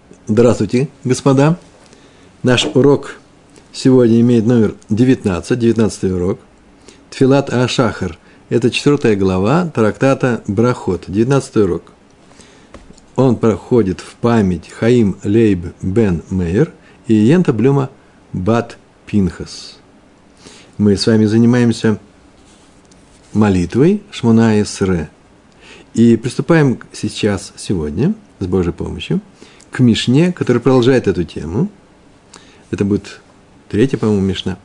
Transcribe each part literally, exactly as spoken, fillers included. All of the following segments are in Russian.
Здравствуйте, господа. Наш урок сегодня имеет номер девятнадцать, девятнадцатый урок. Тфилат ха-Шахар. Это четвертая глава трактата Брахот, девятнадцатый урок. Он проходит в память Хаим Лейб бен Мейер и Йента Блюма бат Пинхас. Мы с вами занимаемся молитвой Шмона Эсре. И приступаем сейчас, сегодня, с Божьей помощью, к Мишне, которая продолжает эту тему. Это будет третья, по-моему, Мишна.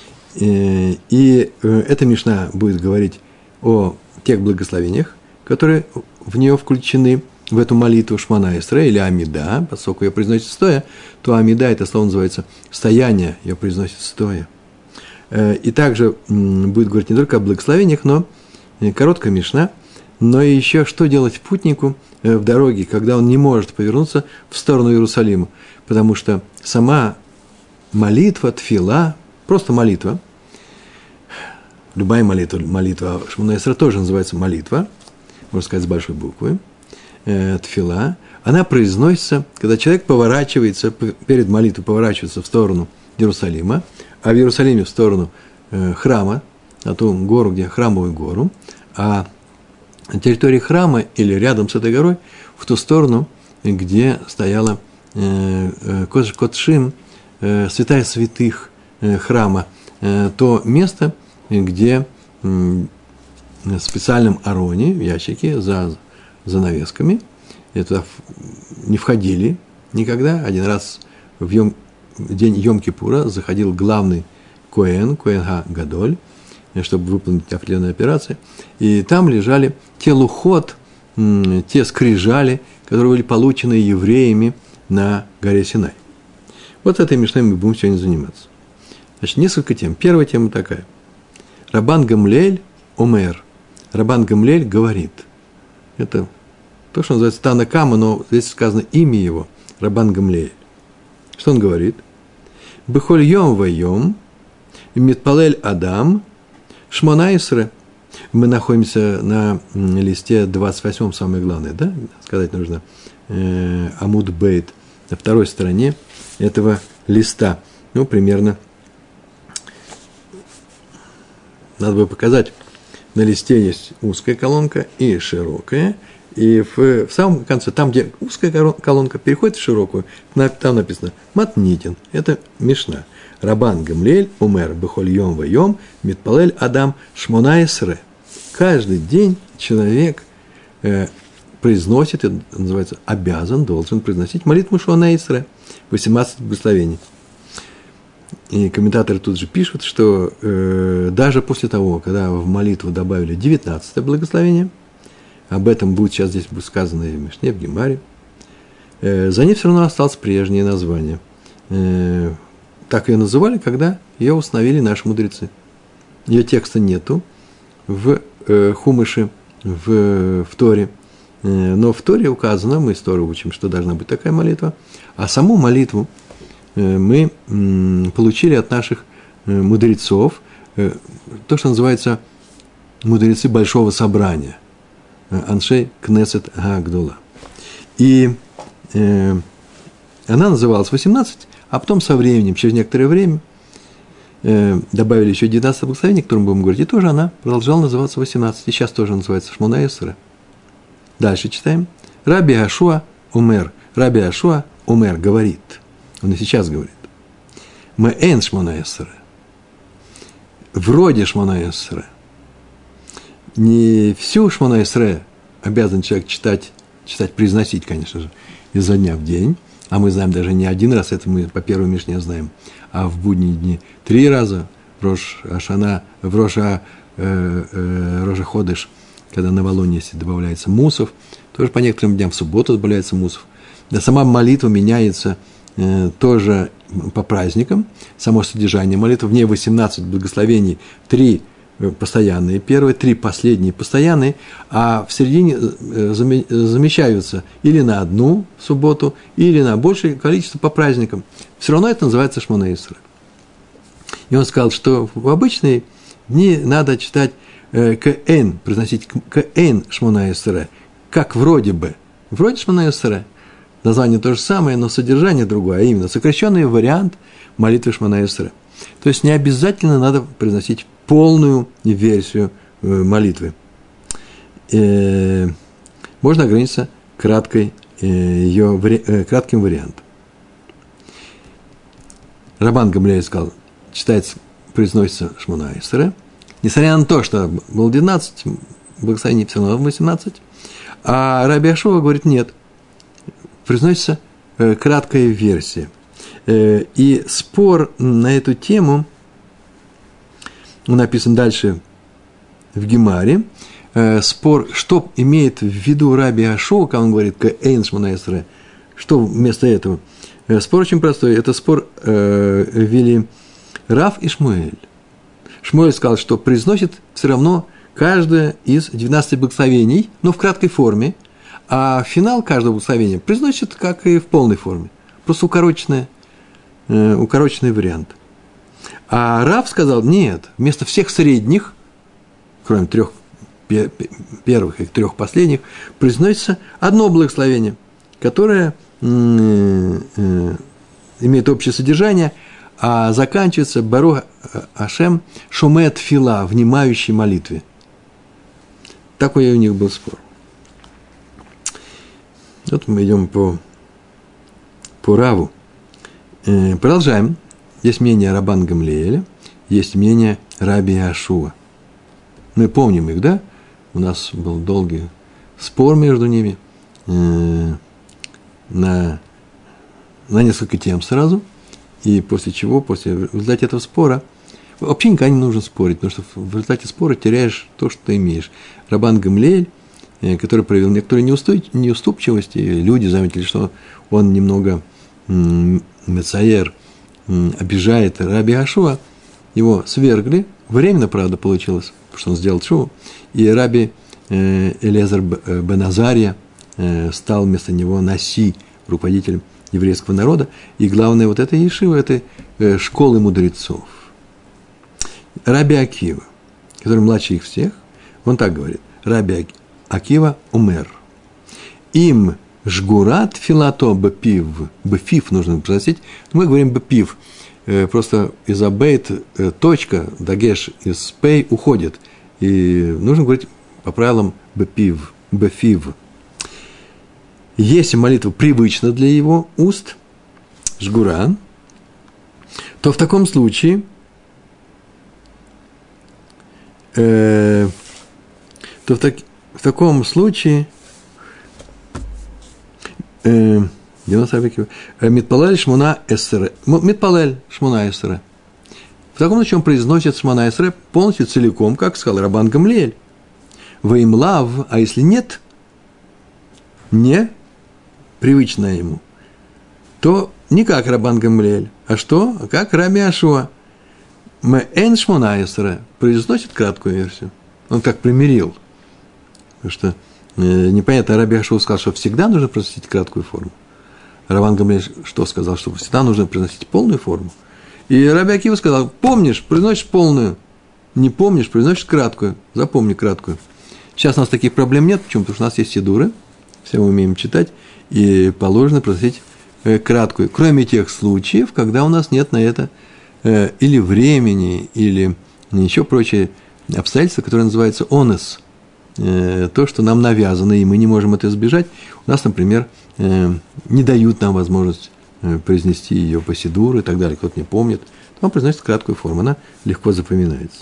И эта Мишна будет говорить о тех благословениях, которые в нее включены, в эту молитву Шмона Эсре или Амида, поскольку ее произносит стоя, то Амида, это слово называется стояние, ее произносит стоя. И также будет говорить не только о благословениях, но короткая Мишна, но и еще что делать путнику в дороге, когда он не может повернуться в сторону Иерусалима, потому что сама молитва, тфила, просто молитва, любая молитва, молитва Шмона Эсре тоже называется молитва, можно сказать, с большой буквы, э, тфила, она произносится, когда человек поворачивается, перед молитвой поворачивается в сторону Иерусалима, а в Иерусалиме в сторону э, храма, на ту гору, где храмовую гору, а на территории храма или рядом с этой горой, в ту сторону, где стояла э, э, Кодшим, э, святая святых э, храма, э, то место, где э, в специальном ароне, в ящике, за занавесками, это не входили никогда. Один раз в, Йом, в день Йом-Кипура заходил главный Коэн, Коэн ха-Гадоль, чтобы выполнить определенные операции, и там лежали те лухот, те скрижали, которые были получены евреями на горе Синай. Вот этой Мишной мы будем сегодня заниматься. Значит, несколько тем. Первая тема такая. Рабан Гамлиэль омер. Рабан Гамлиэль говорит. Это то, что называется Тана Кама, но здесь сказано имя его, Рабан Гамлиэль. Что он говорит? Бехоль йом вайом, митпалель адам, Шмона Эсре. Мы находимся на листе двадцать восьмом, самое главное, да? Сказать нужно. Э, Амуд Бейт, на второй стороне этого листа. Ну, примерно. Надо бы показать. На листе есть узкая колонка и широкая. И в, в самом конце, там, где узкая колонка переходит в широкую, там написано «Матнитин». Это Мишна. Рабан Гамлиэль умер бехоль йом вайом митпалель адам Шмона Эсре. Каждый день человек э, произносит, это называется обязан, должен произносить молитву Шмона Эсре, восемнадцать благословений. И комментаторы тут же пишут, что э, даже после того, когда в молитву добавили девятнадцатое благословение, об этом будет сейчас здесь будет сказано и в Мишне, в Гемаре, э, за ней все равно осталось прежнее название. Э, Так ее называли, когда ее установили наши мудрецы. Ее текста нету в э, Хумыше, в, в Торе. Э, но в Торе указано, мы из Торы учим, что должна быть такая молитва. А саму молитву э, мы э, получили от наших э, мудрецов, э, то, что называется мудрецы Большого Собрания. Э, Аншей Кнесет Га-Гдола. И э, она называлась восемнадцать. А потом со временем, через некоторое время, э, добавили еще девятнадцатое благословение, о котором будем говорить, и тоже она продолжала называться восемнадцать, и сейчас тоже называется Шмона Эсре. Дальше читаем. Раби Ашуа умер. Раби Ашуа умер говорит. Он и сейчас говорит. Мээн Шмона Эсре. Вроде Шмона Эсре. Не всю Шмона Эсре обязан человек читать, читать, произносить, конечно же, изо дня в день. А мы знаем даже не один раз, это мы по первой Мишне знаем, а в будние дни три раза, в Рош Ашана, в Роша, э, э, Роша Ходыш, когда на Валоне добавляется мусов, тоже по некоторым дням в субботу добавляется мусов. Да, сама молитва меняется э, тоже по праздникам, само содержание молитвы, в ней восемнадцать благословений, три постоянные первые, три последние постоянные, а в середине замещаются или на одну субботу, или на большее количество по праздникам. Все равно это называется Шмона Эсре. И он сказал, что в обычные дни надо читать э, произносить кэн Шмона Эсре, как вроде бы, вроде Шмона Эсре, название то же самое, но содержание другое, а именно сокращенный вариант молитвы Шмона Эсре. То есть не обязательно надо произносить полную версию молитвы. Можно ограничиться краткой, ее, кратким вариантом. Рабан Гамлиэль сказал, читается, произносится Шмона Эсре, несмотря на то, что было двенадцать, благословений все равно восемнадцать, а Раби Йошуа говорит, нет, произносится краткая версия. И спор на эту тему, он написан дальше в Гемаре, спор, что имеет в виду Раби Йошуа, когда он говорит «Эйн Шмона Эсре», что вместо этого. Спор очень простой, это спор э, вели Рав и Шмуэль. Шмуэль сказал, что произносит все равно каждое из двенадцати благословений, но в краткой форме, а финал каждого благословения произносит, как и в полной форме, просто укороченный, э, укороченный вариант. А Рав сказал, нет, вместо всех средних, кроме трех первых и трех последних, произносится одно благословение, которое э, э, имеет общее содержание, а заканчивается Барух Ашем Шумеет Фила, внимающий молитве. Такой у них был спор. Вот мы идем по, по Раву. Э, продолжаем. Есть мнение Рабан Гамлиэля, есть мнение Раби Йошуа. Мы помним их, да? У нас был долгий спор между ними э, на, на несколько тем сразу. И после чего, после, в результате этого спора, вообще никогда не нужно спорить, потому что в результате спора теряешь то, что ты имеешь. Рабан Гамлиэль, э, который проявил некоторую неуступчивость, и люди заметили, что он немного м, мецаер, м, обижает Раби Йошуа, его свергли, временно, правда, получилось, потому что он сделал шоу, и Раби э, Элиэзер бен Азария э, стал вместо него наси, руководителем еврейского народа, и главное, вот эта ешива, это э, школы мудрецов. Раби Акива, который младше их всех, он так говорит, Раби Акива умер. Им жгурат филато бепив, бефив нужно произносить, мы говорим бепив, э, просто из-за бейт э, точка, дагеш из пей уходит, и нужно говорить по правилам бепив, бефив. Если молитва привычна для его уст, жгура, то в таком случае э, то в, так, в таком случае э, Митпалель Шмона Эсре. Митпалель Шмона Эсре. В таком случае он произносит Шмона Эсре полностью целиком, как сказал Рабан Гамлиэль. Ваимлав, а если нет, не привычно ему, то не как Рабан Гамлиэль, а что? Как Раби Йошуа. Мээн Шмона Эсре произносит краткую версию. Он так примирил. Потому что э, непонятно, Раби Йошуа сказал, что всегда нужно произносить краткую форму. Рабан Гамлиэль что сказал? Что всегда нужно произносить полную форму. И Раби Акива сказал, помнишь, произносишь полную. Не помнишь, произносишь краткую. Запомни краткую. Сейчас у нас таких проблем нет. Почему? Потому что у нас есть сидуры. Все мы умеем читать. И положено произносить э, краткую. Кроме тех случаев, когда у нас нет на это э, или времени, или еще прочие обстоятельства, которые называются онес. Э, то, что нам навязано, и мы не можем это избежать. У нас, например, э, не дают нам возможность э, произнести ее по сидуру и так далее. Кто-то не помнит. То он произносит краткую форму. Она легко запоминается.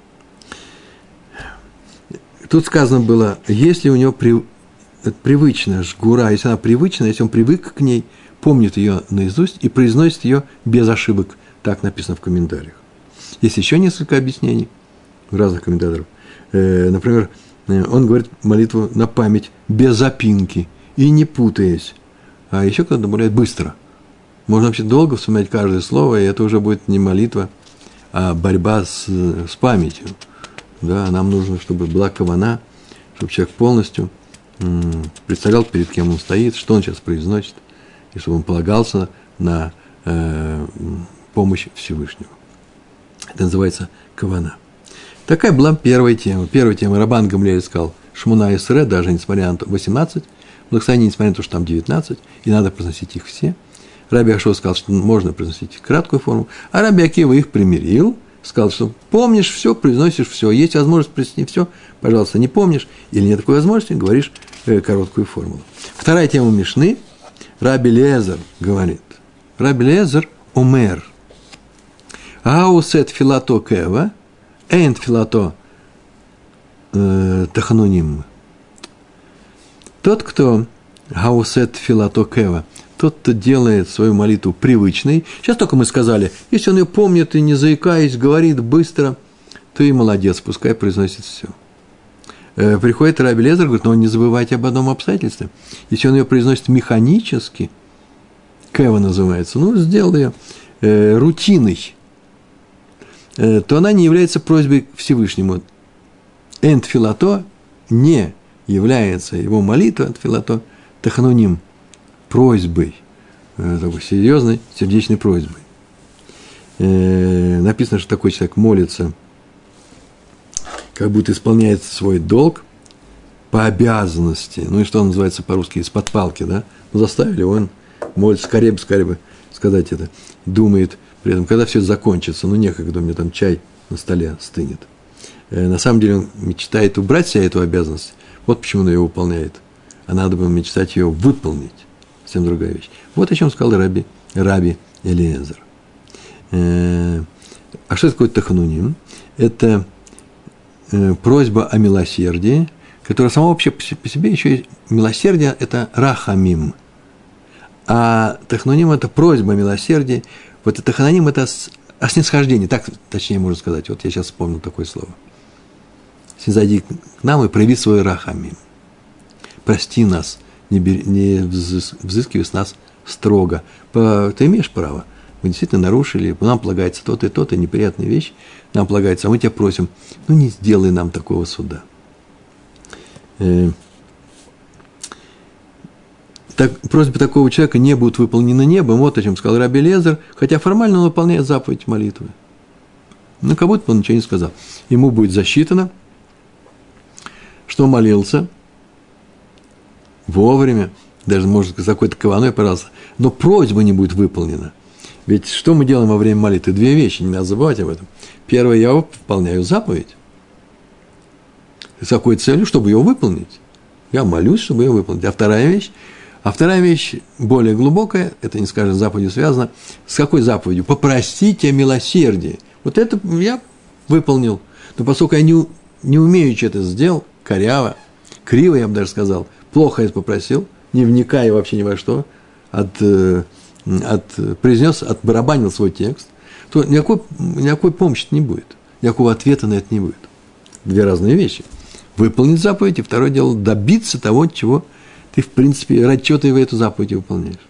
Тут сказано было, если у него при это привычная жгура, если она привычна, если он привык к ней, помнит ее наизусть и произносит ее без ошибок. Так написано в комментариях. Есть еще несколько объяснений разных комментаторов. Э, например, он говорит молитву на память без запинки и не путаясь. А еще кто-то добавляет быстро. Можно вообще долго вспоминать каждое слово, и это уже будет не молитва, а борьба с, с памятью. Да, нам нужно, чтобы была кавана, чтобы человек полностью представлял, перед кем он стоит, что он сейчас произносит, и чтобы он полагался на э, помощь Всевышнего. Это называется кавана. Такая была первая тема. Первая тема Рабан Гамлиэль сказал Шмона Эсре, даже несмотря на восемнадцать благословения, несмотря на то, что там девятнадцать, и надо произносить их все. Раби Ашуа сказал, что можно произносить краткую форму, а Раби Акива их примирил, сказал, что помнишь все, произносишь все, есть возможность произнести все, пожалуйста, не помнишь, или нет такой возможности, говоришь э, короткую формулу. Вторая тема Мишны, Раби Лезер говорит, Раби Лезер умер, аусет филато кева, эйн филато э, тахануним. Тот, кто аусет филато кева, тот, кто делает свою молитву привычной. Сейчас только мы сказали, если он ее помнит и не заикаясь, говорит быстро, то и молодец, пускай произносит все. Э, приходит Раби Лезер, говорит, но не забывайте об одном обстоятельстве. Если он ее произносит механически, кева называется, ну, сделал ее э, рутиной, э, то она не является просьбой к Всевышнему. Энд филато не является его молитва, энд филато тахануним, просьбой, такой серьезной, сердечной просьбой. Э, написано, что такой человек молится, как будто исполняет свой долг по обязанности. Ну и что он называется по-русски, из-под палки, да? Ну, заставили, он молится, скорее бы, скорее бы сказать это. Думает при этом, когда все это закончится, ну некогда, у меня там чай на столе стынет. Э, на самом деле он мечтает убрать себе эту обязанность. Вот почему он ее выполняет. А надо было мечтать ее выполнить. Совсем другая вещь. Вот о чем сказал Раби, Раби Элиэзер. Э, а что такое тахануним? Это э, просьба о милосердии, которая сама вообще по себе еще есть. Милосердие – это рахамим. А тахануним – это просьба о милосердии. Вот это тахануним – это о снисхождении. Так, точнее, можно сказать. Вот я сейчас вспомнил такое слово. Снизойди к нам и прояви свой рахамим. Прости нас. Не, бери, не взыскивай с нас строго. По, ты имеешь право. Мы действительно нарушили, нам полагается то-то и то-то, неприятная вещь, нам полагается, а мы тебя просим, ну не сделай нам такого суда. Э, так, просьбы такого человека не будут выполнены небом, вот о чем сказал Раби Элиэзер, хотя формально он выполняет заповедь молитвы. Ну, как будто он ничего не сказал. Ему будет засчитано, что молился вовремя, даже, может, с какой-то каваной, пожалуйста, но просьба не будет выполнена. Ведь что мы делаем во время молитвы? Две вещи, не надо забывать об этом. Первое, я выполняю заповедь. С какой целью? Чтобы ее выполнить. Я молюсь, чтобы ее выполнить. А вторая вещь, а вторая вещь более глубокая, это не скажем, с заповедью связано. С какой заповедью? Попросите о милосердии. Вот это я выполнил. Но поскольку я не, не умею что-то сделал, коряво, криво, я бы даже сказал, плохо я попросил, не вникая вообще ни во что, от, от, произнес, отбарабанил свой текст, то никакой, никакой помощи не будет, никакого ответа на это не будет. Две разные вещи. Выполнить заповедь, и второе дело, добиться того, чего ты, в принципе, ради чего ты эту заповедь выполняешь.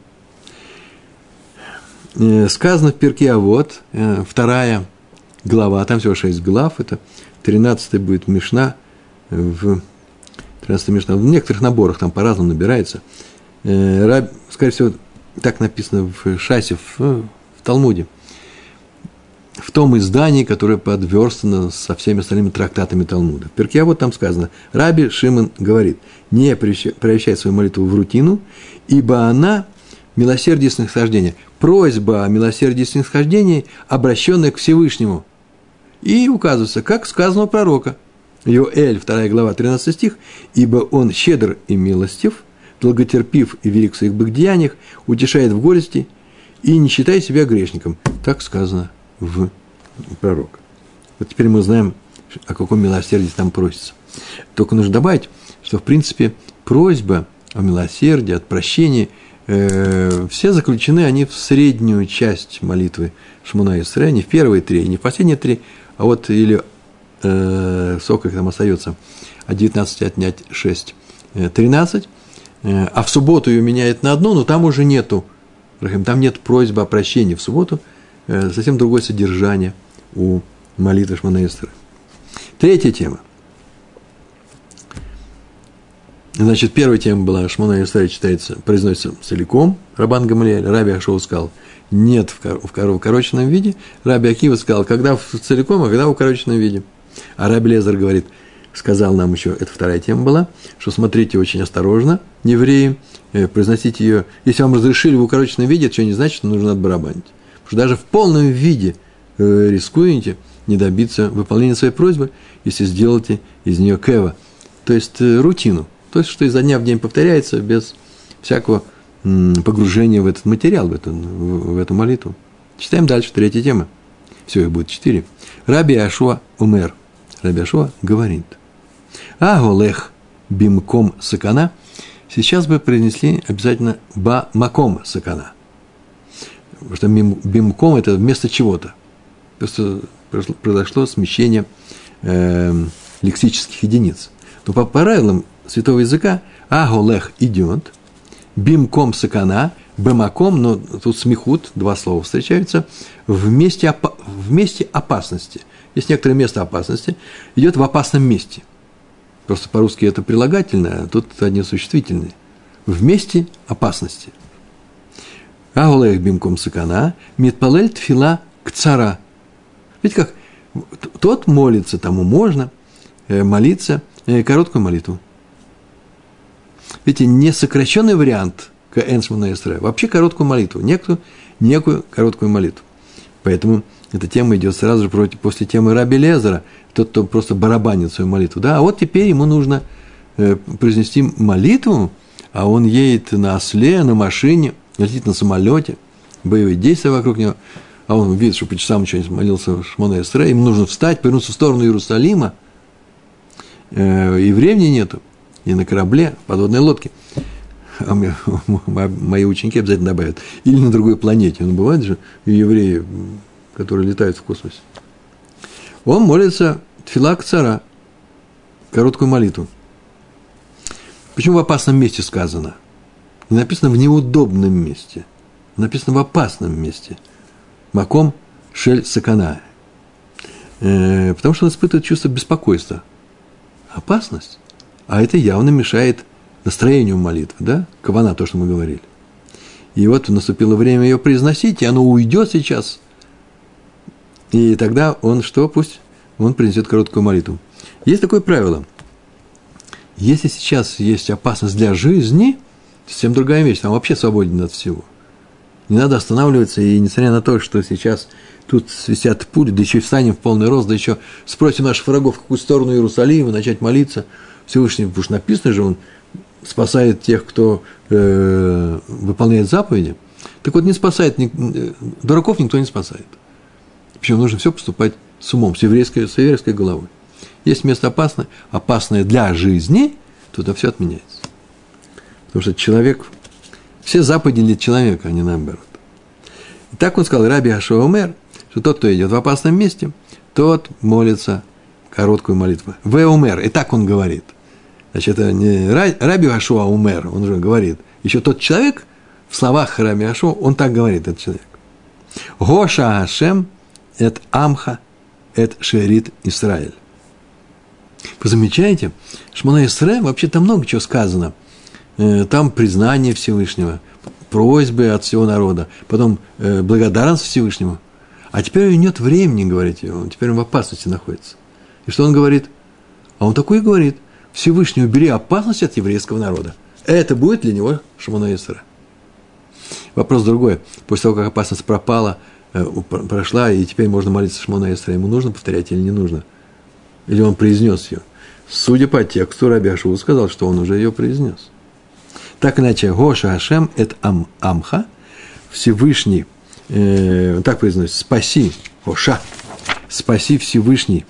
Сказано в Перке Авот, вторая глава, там всего шесть глав, это тринадцатая будет Мишна, в тринадцатая Мишна, в некоторых наборах там по-разному набирается. Раб, скорее всего, так написано в Шасе, в, в Талмуде, в том издании, которое подверстано со всеми остальными трактатами Талмуда. В Перке Авот там сказано, Раби Шимон говорит, не превращай свою молитву в рутину, ибо она милосердие и снисхождение. Просьба о милосердии и снисхождении, обращенная к Всевышнему. И указывается, как сказано у пророка. Йоэль, вторая глава, тринадцатый стих, ибо он щедр и милостив, долготерпив и велик в своих благодеяниях, утешает в горести и не считает себя грешником. Так сказано в пророке. Вот теперь мы знаем, о каком милосердии там просится. Только нужно добавить, что, в принципе, просьба о милосердии, от прощения, э, все заключены они в среднюю часть молитвы Шмона Исрей, не в первые три, не в последние три, а вот или э, сколько их там остается, от девятнадцати отнять шесть, тринадцать, э, а в субботу ее меняет на одну, но там уже нету, там нет просьбы о прощении в субботу, э, совсем другое содержание у молитвы Шмона Исрей. Третья тема. Значит, первая тема была, Шмона Исрей читается, произносится целиком, Рабан Гамлиэль, Раби Ашуа сказал, нет в, кор- в укороченном виде, Раби Акива сказал, когда в целиком, а когда в укороченном виде. А Раби Лезер говорит, сказал нам еще, это вторая тема была, что смотрите очень осторожно, евреи, э, произносите ее, если вам разрешили в укороченном виде, это еще не значит, что нужно отбарабанить. Потому что даже в полном виде э, рискуете не добиться выполнения своей просьбы, если сделаете из нее кева, то есть э, рутину, то есть что изо дня в день повторяется без всякого м, погружения в этот материал, в эту, в, в эту молитву. Читаем дальше, третья тема. Все, их будет четыре. Раби Ашуа умер. Раби Ашуа говорит. А голех бимком сакана. Сейчас бы произнесли обязательно ба маком сакана. Потому что бимком – это вместо чего-то. Просто произошло смещение э, лексических единиц. Но по правилам святого языка а голех идет, бимком сакана, бемаком, но тут смехут, два слова встречаются, вместе, опа- вместе опасности. Есть некоторое место опасности, идет в опасном месте. Просто по-русски это прилагательное, а тут одни существительные. Вместе опасности. Аулех бимком сакана, митпалель тфила кцара. Видите как? Тот молится, тому можно молиться короткую молитву. Видите, не сокращенный вариант каэн шмона эсрей, вообще короткую молитву, некую, некую короткую молитву. Поэтому эта тема идет сразу же против, после темы Раби Элиэзера, тот, кто просто барабанит свою молитву. Да? А вот теперь ему нужно э, произнести молитву, а он едет на осле, на машине, летит на самолете, боевые действия вокруг него, а он видит, что по часам что-нибудь молился шмона эсрей, ему нужно встать, повернуться в сторону Иерусалима, э, и времени нету, и на корабле, в подводной лодке. А мои ученики обязательно добавят. Или на другой планете. Ну, бывают же евреи, которые летают в космосе. Он молится тфила кцара, короткую молитву. Почему в опасном месте сказано? Не написано в неудобном месте. Написано в опасном месте. Маком шель сакана. Э, потому что он испытывает чувство беспокойства. Опасность. А это явно мешает настроению молитвы, да? Кавана, то, что мы говорили. И вот наступило время ее произносить, и оно уйдет сейчас. И тогда он что? Пусть он принесет короткую молитву. Есть такое правило. Если сейчас есть опасность для жизни, совсем другая вещь, там вообще свободен от всего. Не надо останавливаться, и несмотря на то, что сейчас тут свистят пули, да еще и встанем в полный рост, да еще спросим наших врагов, в какую сторону Иерусалима, начать молиться. Всевышний, потому что написано же, он спасает тех, кто э, выполняет заповеди. Так вот, не спасает, не, дураков никто не спасает. Причем нужно все поступать с умом, с еврейской, с еврейской головой. Есть место опасное, опасное для жизни, туда все отменяется. Потому что человек, все заповеди для человека, а не наоборот. И так он сказал, Раби Ашуа умер, что тот, кто идет в опасном месте, тот молится короткую молитву. Ве умер, и так он говорит. Значит, это не Раби Ашуа умер, он же говорит. Еще тот человек, в словах Раби Ашуа, он так говорит, этот человек. Гоша Ашем эт амха эт шерит Исраэль. Вы замечаете, Шмона Эсрей, вообще там много чего сказано. Там признание Всевышнего, просьбы от всего народа, потом благодарность Всевышнему. А теперь у него нет времени говорить, он теперь он в опасности находится. И что он говорит? А он такой и говорит: Всевышний, убери опасность от еврейского народа. Это будет для него Шмона Эсрей. Вопрос другой. После того, как опасность пропала, прошла, и теперь можно молиться Шмона Эсрей, ему нужно повторять или не нужно? Или он произнес ее? Судя по тексту, Раби Ашуа сказал, что он уже ее произнес. Так иначе, Гоша Ашем эт ам амха, Всевышний, э, так произносится, спаси, Гоша, спаси Всевышний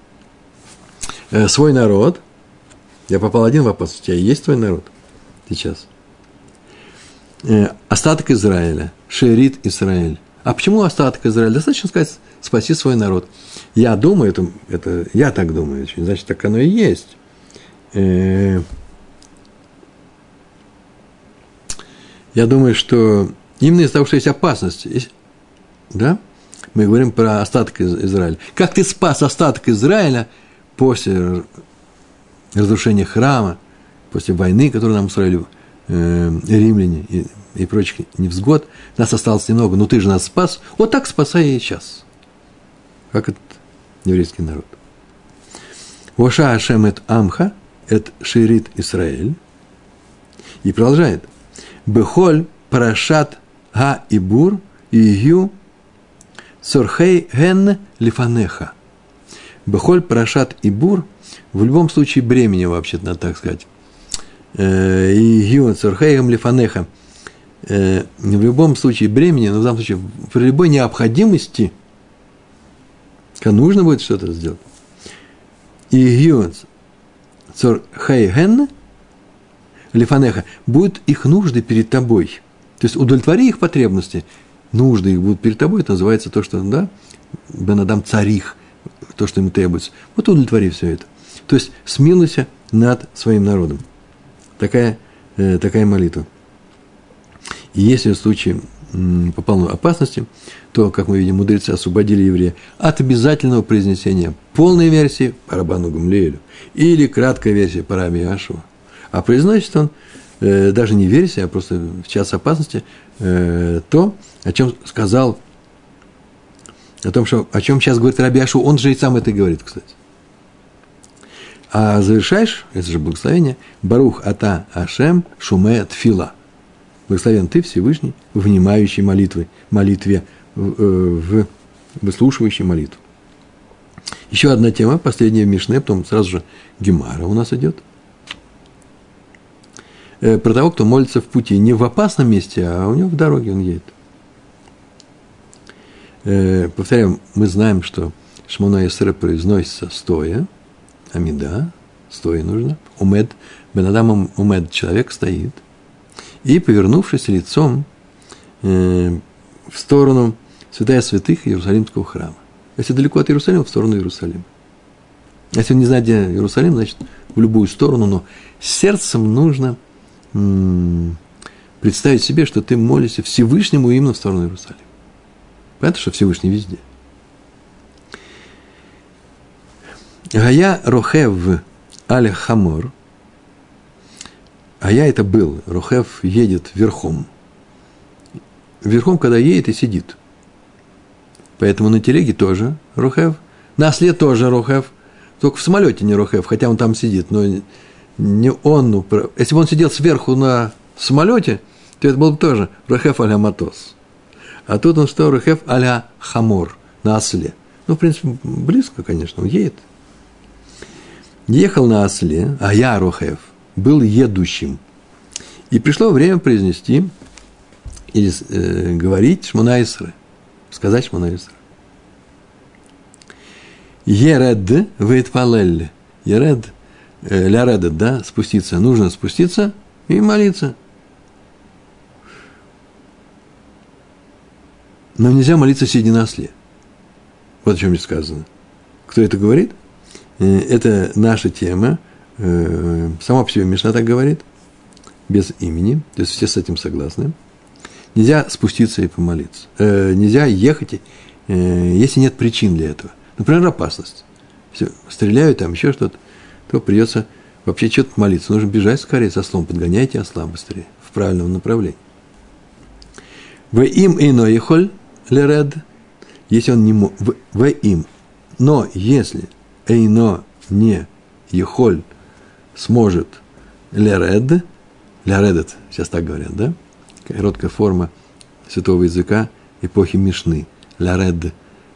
э, свой народ. Я попал один вопрос, у тебя есть твой народ сейчас? Э, остаток Израиля, Шерит Исраэль. А почему остаток Израиля? Достаточно сказать, спаси свой народ. Я думаю, это, это я так думаю, значит, так оно и есть. Э, я думаю, что именно из-за того, что есть опасность, есть, да, мы говорим про остаток из Израиля. Как ты спас остаток Израиля после разрушения храма, после войны, которую нам устроили э, римляне и, и прочих невзгод, нас осталось немного, но ты же нас спас, вот так спасай и сейчас. Как этот еврейский народ. Воша Ашем эт Амха, эт Ширит Исраэль. И продолжает. Бехоль парашат га ибур игю сорхей ген лифанеха. Бехоль парашат ибур, в любом случае бремени, вообще-то, надо так сказать. Игю сорхей ген лифанеха. В любом случае бремени, но в данном случае при любой необходимости, когда нужно будет что-то сделать. Игю сорхей ген лифанеха, будут их нужды перед тобой. То есть, удовлетвори их потребности, нужды их будут перед тобой, это называется то, что, да, бен адам царих, то, что им требуется. Вот удовлетвори все это. То есть, смилуйся над своим народом. Такая, э, такая молитва. И если в случае м, попал в опасности, то, как мы видим, мудрецы освободили еврея от обязательного произнесения полной версии по Рабану Гамлиэлю или краткой версии по Раби Ашуа. А произносит он э, даже не версия, а просто в час опасности э, то, о чем сказал, о том, что, о чем сейчас говорит Раби Ашуа, он же и сам это говорит, кстати. А завершаешь, это же благословение, Барух ата Ашем шуме тфила. Благословен ты, Всевышний, внимающий молитвы, молитве, в, в выслушивающий молитву. Еще одна тема, последняя в Мишне, потом сразу же Гемара у нас идет. Про того, кто молится в пути, не в опасном месте, а у него в дороге он едет. Э, повторяю, мы знаем, что Шмона Эсре произносится стоя, амида, стоя нужно, умед, бен-адам умед, человек стоит, и, повернувшись лицом э, в сторону святая святых Иерусалимского храма. Если далеко от Иерусалима, в сторону Иерусалима. Если он не знает, где Иерусалим, значит, в любую сторону, но сердцем нужно представить себе, что ты молишься Всевышнему именно в сторону Иерусалима. Понятно, что Всевышний везде. Гая рохев аль хамор. Гая это был. Рохев едет верхом. Верхом, когда едет и сидит. Поэтому на телеге тоже рохев. На осле тоже рохев. Только в самолете не рохев, хотя он там сидит, но не он, если бы он сидел сверху на самолете, то это был бы тоже рахеф аля матос. А тут он что, рахеф аля хамор, на осле. Ну, в принципе, близко, конечно, он едет. Ехал на осле, а я, рахеф, был едущим. И пришло время произнести или э, говорить Шмона Эсре, сказать Шмона Эсре. Еред вейтпалель, еред, ляреда, да, спуститься. Нужно спуститься и молиться. Но нельзя молиться, сидя на осле. Вот о чем здесь сказано. Кто это говорит? Это наша тема. Сама по себе Мишна так говорит, без имени. То есть все с этим согласны. Нельзя спуститься и помолиться. Нельзя ехать, если нет причин для этого. Например, опасность. Все, стреляют там, еще что-то. То придется вообще что-то молиться. Нужно бежать скорее со ослом, подгоняйте осла быстрее, в правильном направлении. В им ино ехоль леред, если он не мог, в им, но если ино не ехоль сможет леред, лередет, сейчас так говорят, да? Короткая форма святого языка эпохи Мишны, леред.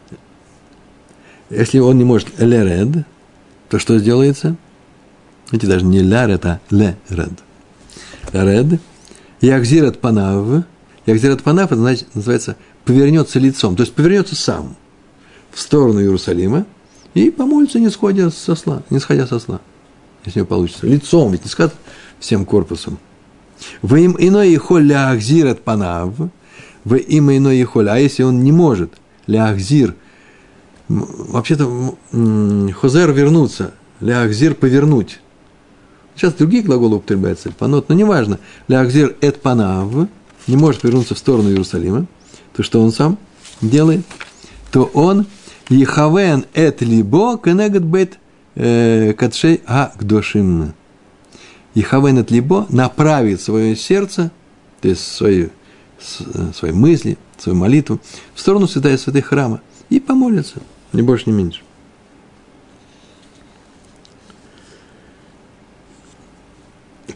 Если он не может леред, то что сделается? Видите, даже не ляред, а леред. Леред. Ягзират панав. Ягзират панав, это значит, называется, повернется лицом. То есть, повернется сам в сторону Иерусалима и помолится, не сходя с осла, не сходя с осла. Если у него получится. Лицом, ведь не скажет всем корпусом. Вы им иной ехоль ляхзират панав. Вы им иной ехоль. А если он не может ляхзир, вообще-то хозер вернуться, ляхзир повернуть. Сейчас другие глаголы употребляются, панот, но неважно. Ляхзир эт панав, не может повернуться в сторону Иерусалима, то что он сам делает? То он ехавен эт либо кенегет бет кадшей агдошим. Ехавен эт либо направит свое сердце, то есть свои, свои мысли, свою молитву в сторону святая святых храма и помолится. Ни больше, ни меньше.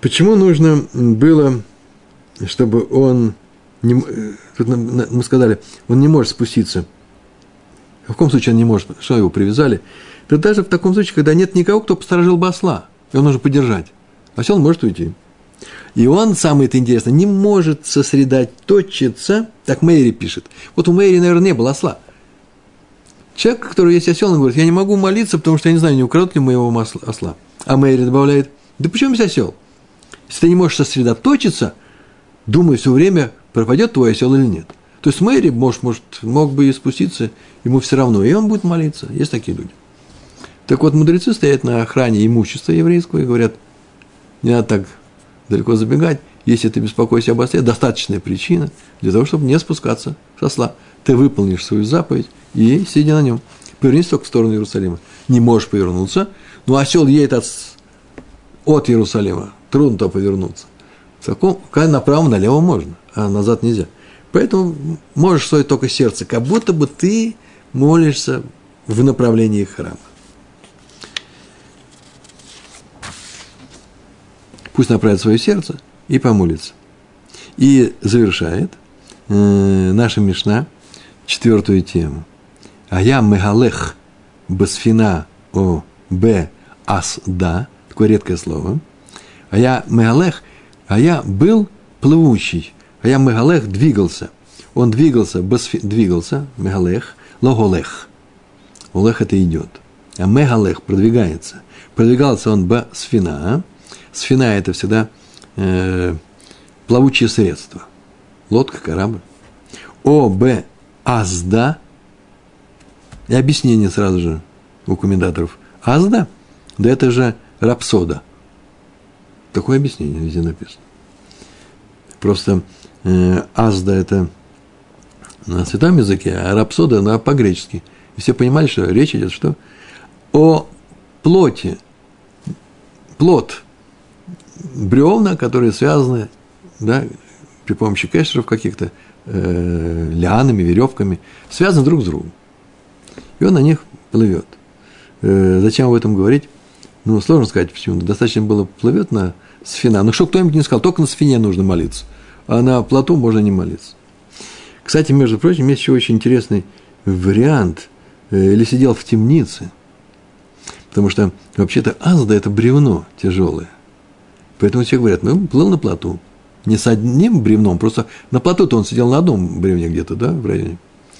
Почему нужно было, чтобы он, не, тут мы сказали, он не может спуститься. В каком случае он не может? Что его привязали? Да даже в таком случае, когда нет никого, кто посторожил бы осла, его нужно подержать. Осел может уйти. И он, самое-то интересное, не может сосредоточиться, так Мэри пишет. Вот у Мэри, наверное, не было осла. Человек, который есть осел, он говорит, я не могу молиться, потому что я не знаю, не украдут ли моего осла. А Мэри добавляет, да почему здесь осел? Если ты не можешь сосредоточиться, думай все время, пропадет твой осел или нет. То есть Мэри, может, может, мог бы и спуститься, ему все равно, и он будет молиться. Есть такие люди. Так вот, мудрецы стоят на охране имущества еврейского и говорят, не надо так далеко забегать, если ты беспокоишься об осле, достаточная причина для того, чтобы не спускаться с осла. Ты выполнишь свою заповедь и, сидя на нем, повернись только в сторону Иерусалима. Не можешь повернуться, но осел едет от, от Иерусалима, трудно-то повернуться. Направо, налево можно, а назад нельзя. Поэтому можешь стоить только сердце, как будто бы ты молишься в направлении храма. Пусть направит свое сердце и помолится. И завершает э, наша Мишна четвертую тему. А я мегалех басфина о б асда, такое редкое слово. А я мегалех, а я был плывущий. А я мегалех двигался. Он двигался, басфи, двигался, мегалех, логолех. Олех это идет. А мегалех продвигается. Продвигался он басфина. Сфина – это всегда э, плавучее средство. Лодка, корабль. О, Б, Азда. И объяснение сразу же у комментаторов. Азда? Да это же рапсода. Такое объяснение везде написано. Просто э, Азда – это на святом языке, а рапсода – на по-гречески. И все понимали, что речь идет что? О плоти. Плот. Бревна, которые связаны, да, при помощи кэшеров каких-то, э, лианами, веревками, связаны друг с другом. И он на них плывет. Э, зачем об этом говорить? Ну, сложно сказать, почему. Достаточно было плывет на сфина. Ну, что кто-нибудь не сказал, только на сфине нужно молиться, а на плоту можно не молиться. Кстати, между прочим, есть еще очень интересный вариант. Э, или сидел в темнице, потому что вообще-то азда – это бревно тяжелое. Поэтому все говорят, ну, плыл на плоту. Не с одним бревном, просто на плоту-то он сидел на одном бревне где-то, да, в районе.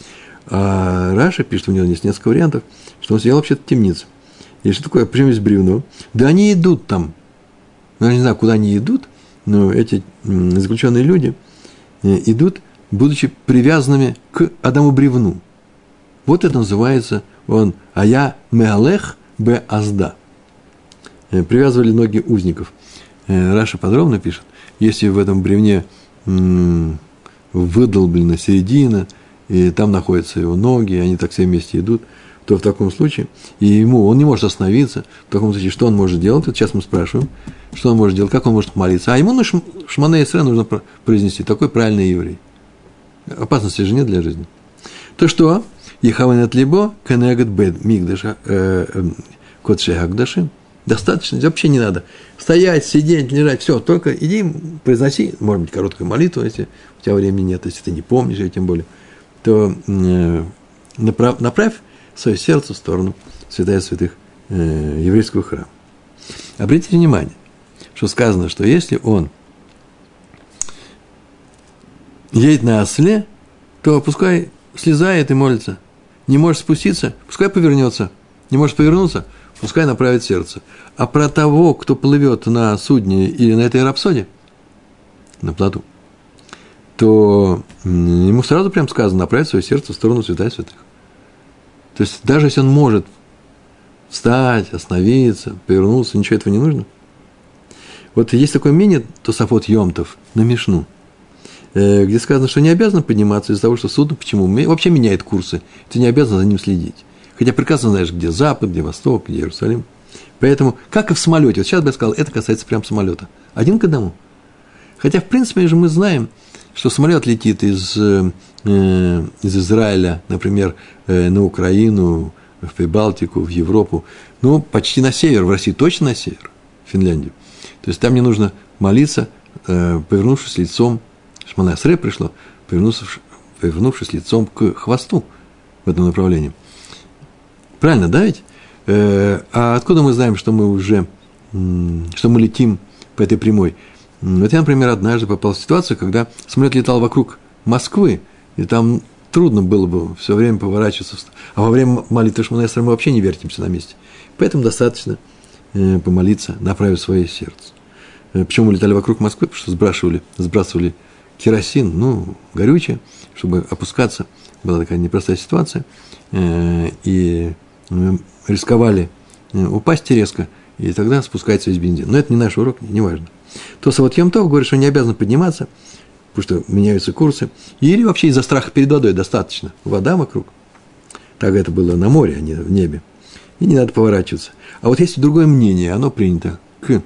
А Раша пишет, у него есть несколько вариантов, что он сидел вообще-то в темнице. И что такое, почему есть бревно? Да они идут там. Ну, я не знаю, куда они идут, но эти заключенные люди идут, будучи привязанными к одному бревну. Вот это называется он «А я меалех бе азда». Привязывали ноги узников. Раша подробно пишет, если в этом бревне м, выдолблена середина, и там находятся его ноги, и они так все вместе идут, то в таком случае, и ему, он не может остановиться, в таком случае, что он может делать? Вот сейчас мы спрашиваем, что он может делать, как он может молиться. А ему ну, шмане эсре нужно произнести, такой правильный еврей. Опасности же нет для жизни. То что? Ехаванет либо кенегет бед мигдаша котше агдашим. Достаточно, вообще не надо стоять, сидеть, лежать, все, только иди, произноси, может быть, короткую молитву, если у тебя времени нет, если ты не помнишь, и тем более, то э, направь, направь свое сердце в сторону святая святых э, еврейского храма. Обратите внимание, что сказано, что если он едет на осле, то пускай слезает и молится. Не может спуститься, пускай повернется. Не может повернуться, пускай направит сердце. А про того, кто плывет на судне или на этой рапсоде, на плоту, то ему сразу прям сказано направить свое сердце в сторону святая святых. То есть даже если он может встать, остановиться, повернуться, ничего этого не нужно. Вот есть такое мнение Тосафот Йомтов на Мишну, где сказано, что не обязан подниматься из-за того, что судно почему вообще меняет курсы. Ты не обязан за ним следить. Хотя прекрасно знаешь, где Запад, где Восток, где Иерусалим. Поэтому, как и в самолете, вот сейчас бы я сказал, это касается прям самолета. Один к одному. Хотя, в принципе, же мы знаем, что самолет летит из, э, из Израиля, например, э, на Украину, в Прибалтику, в Европу, ну, почти на север, в России точно на север, в Финляндию. То есть там не нужно молиться, э, повернувшись лицом, Шмона Эсре пришло, повернувшись, повернувшись лицом к хвосту в этом направлении. Правильно, да ведь? Э, а откуда мы знаем, что мы уже, что мы летим по этой прямой? Вот я, например, однажды попал в ситуацию, когда самолет летал вокруг Москвы, и там трудно было бы все время поворачиваться. А во время молитвы Шмона Эсре мы вообще не вертимся на месте. Поэтому достаточно э, помолиться, направив свое сердце. Э, почему мы летали вокруг Москвы? Потому что сбрасывали, сбрасывали керосин, ну, горючее, чтобы опускаться. Была такая непростая ситуация. Э, и мы рисковали э, упасть резко, и тогда спускается весь бензин. Но это не наш урок, не важно. Тосфот Йом Тов говорит, что не обязан подниматься, потому что меняются курсы. Или вообще из-за страха перед водой достаточно. Вода вокруг. Так это было на море, а не в небе. И не надо поворачиваться. А вот есть другое мнение, оно принято к,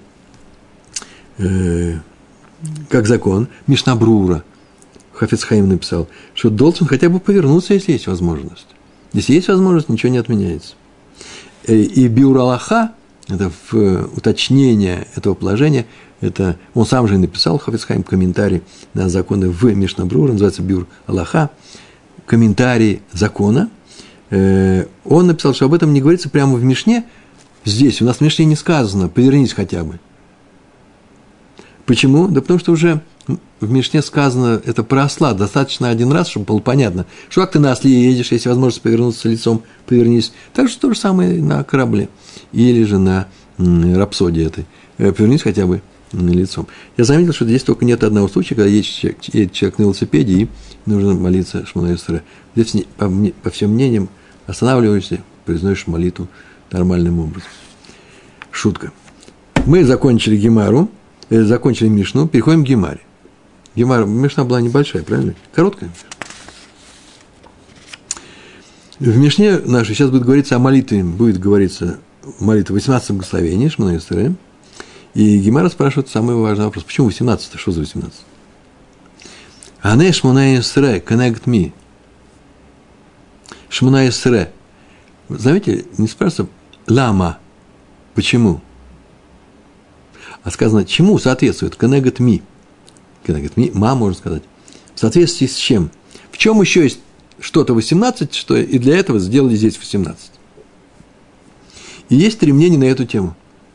э, как закон. Мишна Брура, Хафец Хаим написал, что должен хотя бы повернуться, если есть возможность. Если есть возможность, ничего не отменяется. И Биур Алаха, это в уточнение этого положения, это он сам же и написал, Хафец Хаим, комментарий на законы в Мишна Брура, называется Биур Алаха, комментарий закона. Он написал, что об этом не говорится прямо в Мишне. Здесь у нас в Мишне не сказано, повернись хотя бы. Почему? Да потому что уже в Мишне сказано это про осла. Достаточно один раз, чтобы было понятно, что как ты на осле едешь, если возможность повернуться лицом, повернись. Так что то же самое на корабле. Или же на рапсодии этой. Повернись хотя бы лицом. Я заметил, что здесь только нет одного случая, когда едет человек, едет человек на велосипеде и нужно молиться Шмона Эсре. Здесь, по, по всем мнениям, останавливаешься, произносишь молитву нормальным образом. Шутка. Мы закончили Гемару, э, закончили Мишну, переходим к Гемаре. Гемара, Мишна была небольшая, правильно? Короткая. В Мишне нашей сейчас будет говориться о молитве, будет говориться молитва восемнадцатом благословении Шмона Эсре. И Гемара спрашивает самый важный вопрос. Почему восемнадцать? Что за восемнадцать? Ане Шмона Эсре, коннект ми. Шмона Эсре. Знаете, не спрашивается лама. Почему? А сказано, чему соответствует коннект ми. Коннект ми, ма, можно сказать. В соответствии с чем? В чем еще есть что-то восемнадцать, что и для этого сделали здесь восемнадцать? И есть три мнения на эту тему.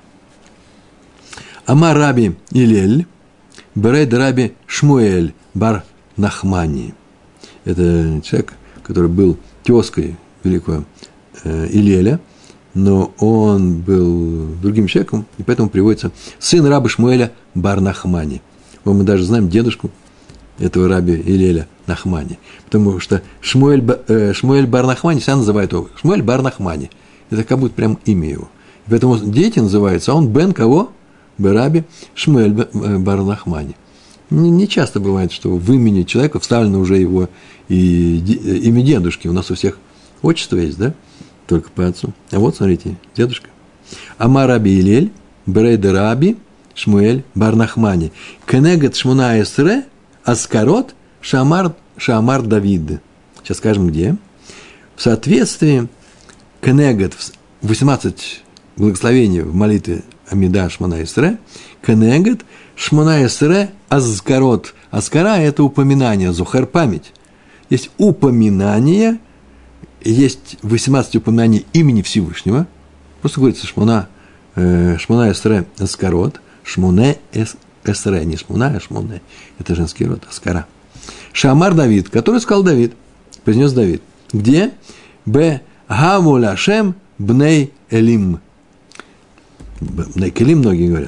Ама Раби Илель, Берейд Раби Шмуэль бар Нахмани. Это человек, который был тезкой великого э, Илеля, но он был другим человеком, и поэтому приводится сын раби Шмуэля бар Нахмани. Мы даже знаем дедушку этого раби Илеля Нахмани, потому что Шмуэль, э, Шмуэль бар Нахмани всегда называют его Шмуэль бар Нахмани. Это как будто прям имя его. И поэтому дети называются, а он бен кого? Раби Шмуэль бар Нахмани. Не часто бывает, что в имени человека вставлено уже его и имя дедушки. У нас у всех отчество есть, да? Только по отцу. А вот, смотрите, дедушка. Ама Раби Илель, Берейд Раби Шмуэль бар Нахмани. Кенегет Шмона Эсре, Аскарот, Шамар, Шамар Давид. Сейчас скажем, где. В соответствии Кенегет, восемнадцать благословений в молитве Амида Шмона Эсре, Кенегет Шмона Эсре Азкарот. Аскара – это упоминание, зухер – память. Есть упоминание, есть восемнадцать упоминаний имени Всевышнего. Просто говорится Шмона, э, Шмона Эсре Аскарот, Шмоне Эсре, не Шмона, а Шмоне. Это женский род, Аскара. Шамар Давид, который сказал Давид, произнес Давид. Где? Б. Гаву Лашем Бней Элим. Бней Келим многие говорят.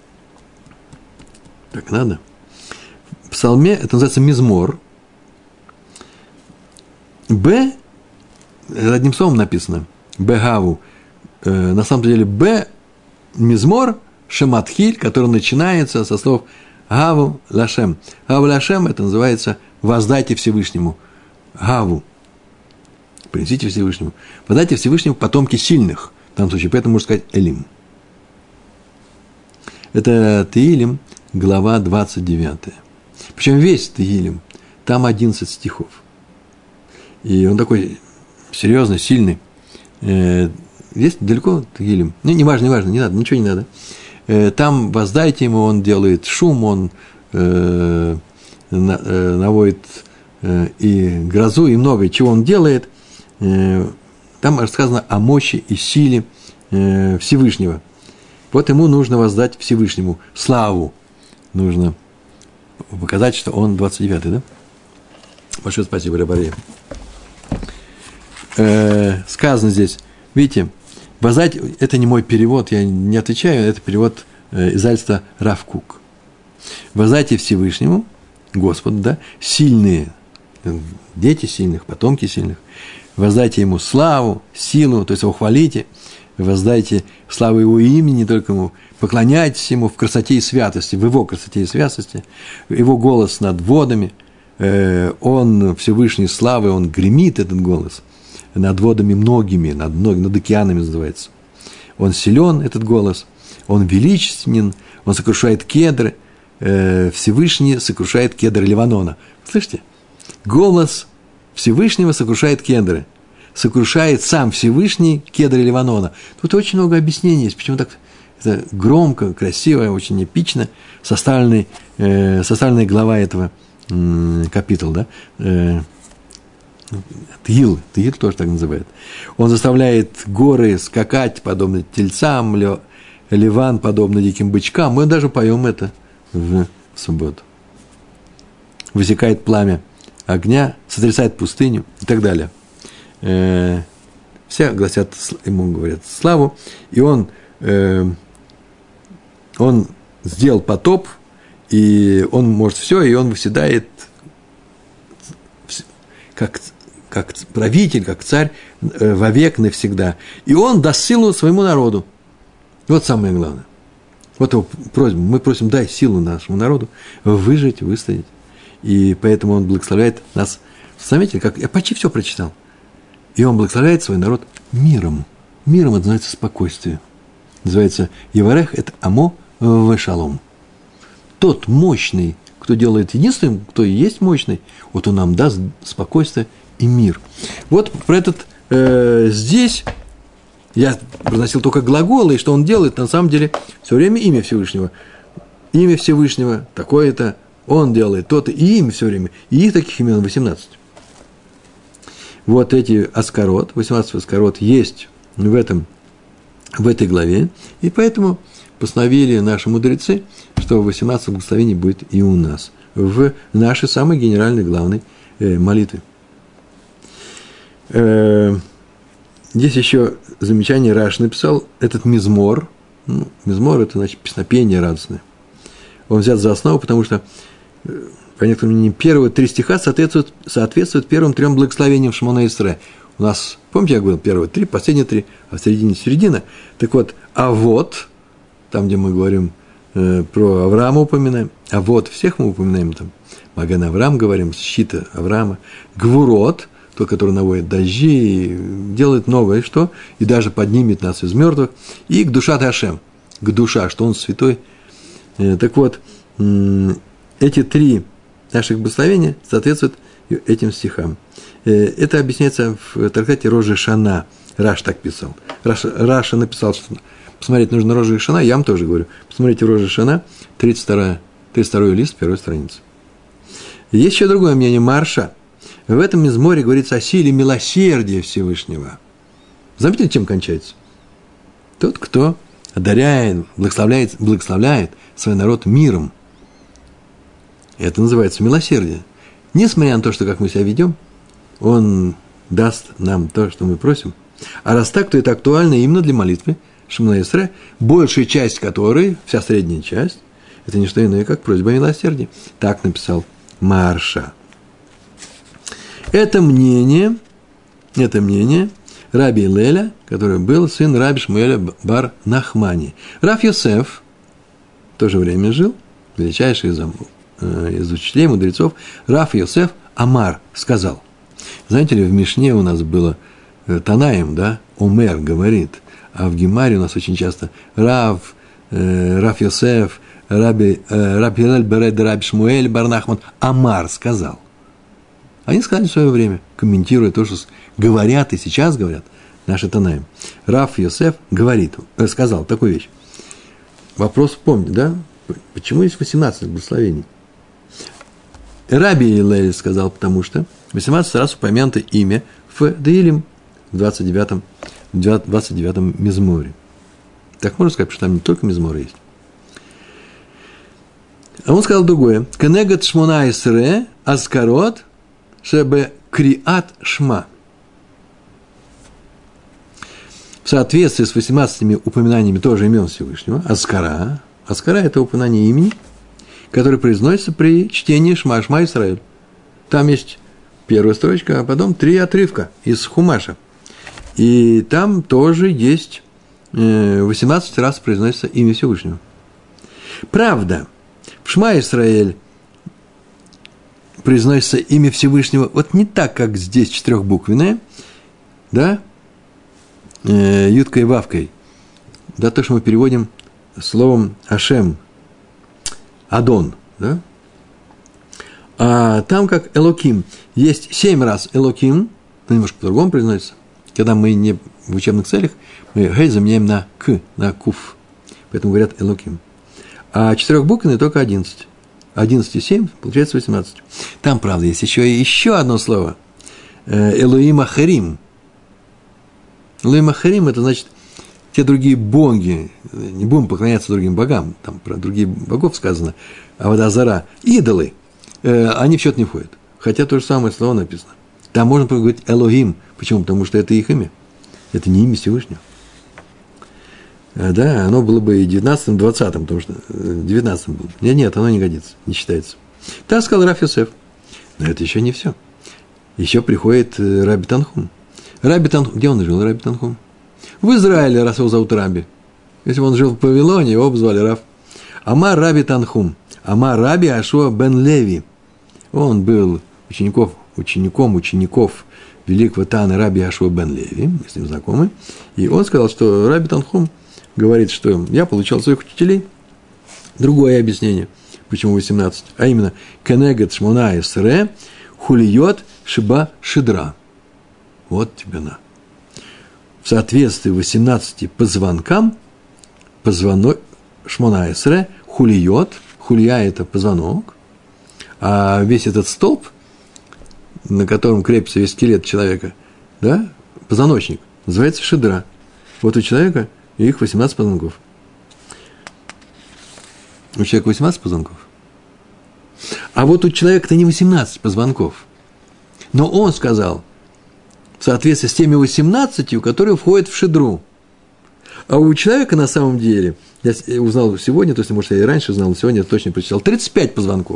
Так надо. В псалме это называется мизмор. Б, одним словом написано, Б-гаву. Э, на самом деле Б, мизмор, шематхиль, который начинается со слов гаву лашем. Гаву лашем, это называется воздайте Всевышнему. Гаву. Принесите Всевышнему. Воздайте Всевышнему потомки сильных. В данном случае, поэтому можно сказать Элим. Это Теилим, глава двадцать девятая. Причем весь Теилим, там одиннадцать стихов. И он такой серьезный, сильный. Есть далеко Теилим? Ну, не важно, не важно, не надо, ничего не надо. э, там воздайте ему, он делает шум, он э, на, э, наводит э, и грозу, и много чего он делает. Э, там рассказано о мощи и силе э, Всевышнего. Вот ему нужно воздать Всевышнему славу. Нужно показать, что он двадцать девятый, да? Большое спасибо, Рабария. Э, сказано здесь, видите, воздать, это не мой перевод, я не отвечаю, это перевод э, издательства Рав Кук. Воздайте Всевышнему, Господу, да, сильные, дети сильных, потомки сильных, воздайте ему славу, силу, то есть его хвалите, воздайте славу его имени, не только ему, поклоняйтесь ему в красоте и святости, в его красоте и святости, его голос над водами, э, он Всевышний славы, он гремит этот голос над водами многими, над, многими, над океанами называется. Он силен, этот голос, он величественен, он сокрушает кедры, э, Всевышний сокрушает кедры Ливанона. Слышите? Голос Всевышнего сокрушает кедры, сокрушает сам Всевышний кедры Ливанона. Тут очень много объяснений есть, почему так это громко, красиво, очень эпично составленный, э, составленная глава этого э, капитала, да, э, Тгил, Тгил тоже так называют. Он заставляет горы скакать, подобно тельцам, Ливан, подобно диким бычкам. Мы даже поем это в субботу. Высекает пламя огня, сотрясает пустыню и так далее. Э, все гласят, ему говорят славу, и он, э, он сделал потоп, и он может все, и он выседает как как правитель, как царь, э, вовек навсегда. И он даст силу своему народу. Вот самое главное. Вот его просьба. Мы просим, дай силу нашему народу выжить, выстоять. И поэтому он благословляет нас. Заметили, как я почти все прочитал. И он благословляет свой народ миром. Миром это называется спокойствие. Называется Еварех, это Амо вешалом. Тот мощный, кто делает единственным, кто и есть мощный, вот он нам даст спокойствие и мир. Вот про этот э, здесь я произносил только глаголы, и что он делает, на самом деле, все время имя Всевышнего. Имя Всевышнего, такое-то, он делает то-то, и имя все время. И их таких имен восемнадцать. Вот эти аскарот, восемнадцать аскарот есть в, этом, в этой главе, и поэтому постановили наши мудрецы, что восемнадцать благословений будет и у нас, в нашей самой генеральной главной э, молитве. Э, здесь еще замечание Раш написал, этот мизмор, ну, мизмор – это, значит, песнопение радостное. Он взят за основу, потому что, по некоторым мнениям, первые три стиха соответствуют, соответствуют первым трем благословениям Шмона Исре. У нас, помните, я говорил, первые три, последние три, а в середине середина. Так вот, а вот, там, где мы говорим э, про Авраама упоминаем, а вот всех мы упоминаем там, Маген Авраам говорим, щита Авраама, Гвурот, тот, который наводит дожди, делает многое, что, и даже поднимет нас из мертвых, и к душа Ташем, к душа, что он святой. Так вот, эти три наших благословения соответствуют этим стихам. Это объясняется в трактате Рожи Шана. Раш так писал. Раш, Раша написал, что посмотреть нужно Рожи Шана, я вам тоже говорю. Посмотрите Рожи Шана, тридцать второй лист, первой страницы. Есть еще другое мнение Марша. В этом мизморе говорится о силе милосердия Всевышнего. Заметили, чем кончается? Тот, кто одаряет, благословляет, благословляет свой народ миром. Это называется милосердие. Несмотря на то, что как мы себя ведем, он даст нам то, что мы просим. А раз так, то это актуально именно для молитвы Шмона Исре, большая часть которой, вся средняя часть, это не что иное, как просьба о милосердии. Так написал Марша. Это мнение, это мнение Раби Леля, который был сын Раби Шмуэля бар Нахмани. Рав Йосеф в то же время жил, величайший из, из учителей, мудрецов. Рав Йосеф Амар сказал. Знаете ли, в Мишне у нас было Танаим, да, Омер говорит, а в Гемаре у нас очень часто Рав, э, Рав Йосеф, Раби, э, Раби Лель Беред, Раби Шмуэль бар Нахман Амар сказал. Они сказали в свое время, комментируя то, что говорят и сейчас говорят наши Танаим. Рав Йосеф говорит, сказал такую вещь. вопрос помни, да? Почему есть восемнадцать благословений? Раби Илель сказал, потому что восемнадцать раз упомянуто имя в Деилим, в двадцать девятом, двадцать девятом мизморе. Так можно сказать, что там не только мизморы есть. А он сказал другое. Кенегат шмона исре азкарот шебе криат шма. В соответствии с восемнадцатими упоминаниями тоже имен Всевышнего, Аскара. Аскара – это упоминание имени, которое произносится при чтении Шма, Шма Исраэль. Там есть первая строчка, а потом три отрывка из Хумаша. И там тоже есть восемнадцать раз произносится имя Всевышнего. Правда, в Шма Исраэль произносится имя Всевышнего вот не так, как здесь четырехбуквенное, да, юткой и вавкой, да, то, что мы переводим словом Ашем, Адон, да, а там, как Элоким, есть семь раз Элоким, но немножко по-другому произносится, когда мы не в учебных целях, мы гей заменяем на к, на куф, поэтому говорят Элоким, а четырехбуквенные только одиннадцать, одиннадцать и семь, получается восемнадцать. Там, правда, есть еще и еще одно слово, Элоим Ахарим. Элоим Ахарим – это значит те другие боги, не будем поклоняться другим богам, там про другие богов сказано, а вот Азара, идолы, э, они в счет не входят. Хотя то же самое слово написано. Там можно говорить Элохим. Почему? Потому что это их имя. Это не имя Всевышнего. А, да, оно было бы и девятнадцатым, двадцатым, потому что девятнадцатым было. Нет, нет, оно не годится, не считается. Так сказал Рав Йосеф. Но это еще не все. Еще приходит Раби Танхум. Раби Танхум, где он жил, Раби Танхум? В Израиле, раз его зовут Раби. Если бы он жил в Вавилоне, его бы звали Рав. Амар Раби Танхум. Амар Раби Ашуа бен Леви. Он был учеников, учеником учеников великого Таны Раби Ашуа бен Леви. Мы с ним знакомы. И он сказал, что Раби Танхум говорит, что я получал своих учителей. Другое объяснение, почему восемнадцать. А именно, Кенегет Шмона Исре Хулиот Шиба Шидра. Вот тебе на. В соответствии восемнадцати позвонкам, позвонок Шмона Исре, хулиот, хулия – это позвонок, а весь этот столб, на котором крепится весь скелет человека, да, позвоночник, называется шидра. Вот у человека их восемнадцать позвонков. У человека восемнадцать позвонков. А вот у человека-то не восемнадцать позвонков. Но он сказал, в соответствии с теми восемнадцатью, которые входят в шидру. А у человека на самом деле, я узнал сегодня, то есть, может, я и раньше знал, но сегодня я точно прочитал, тридцать пять позвонков.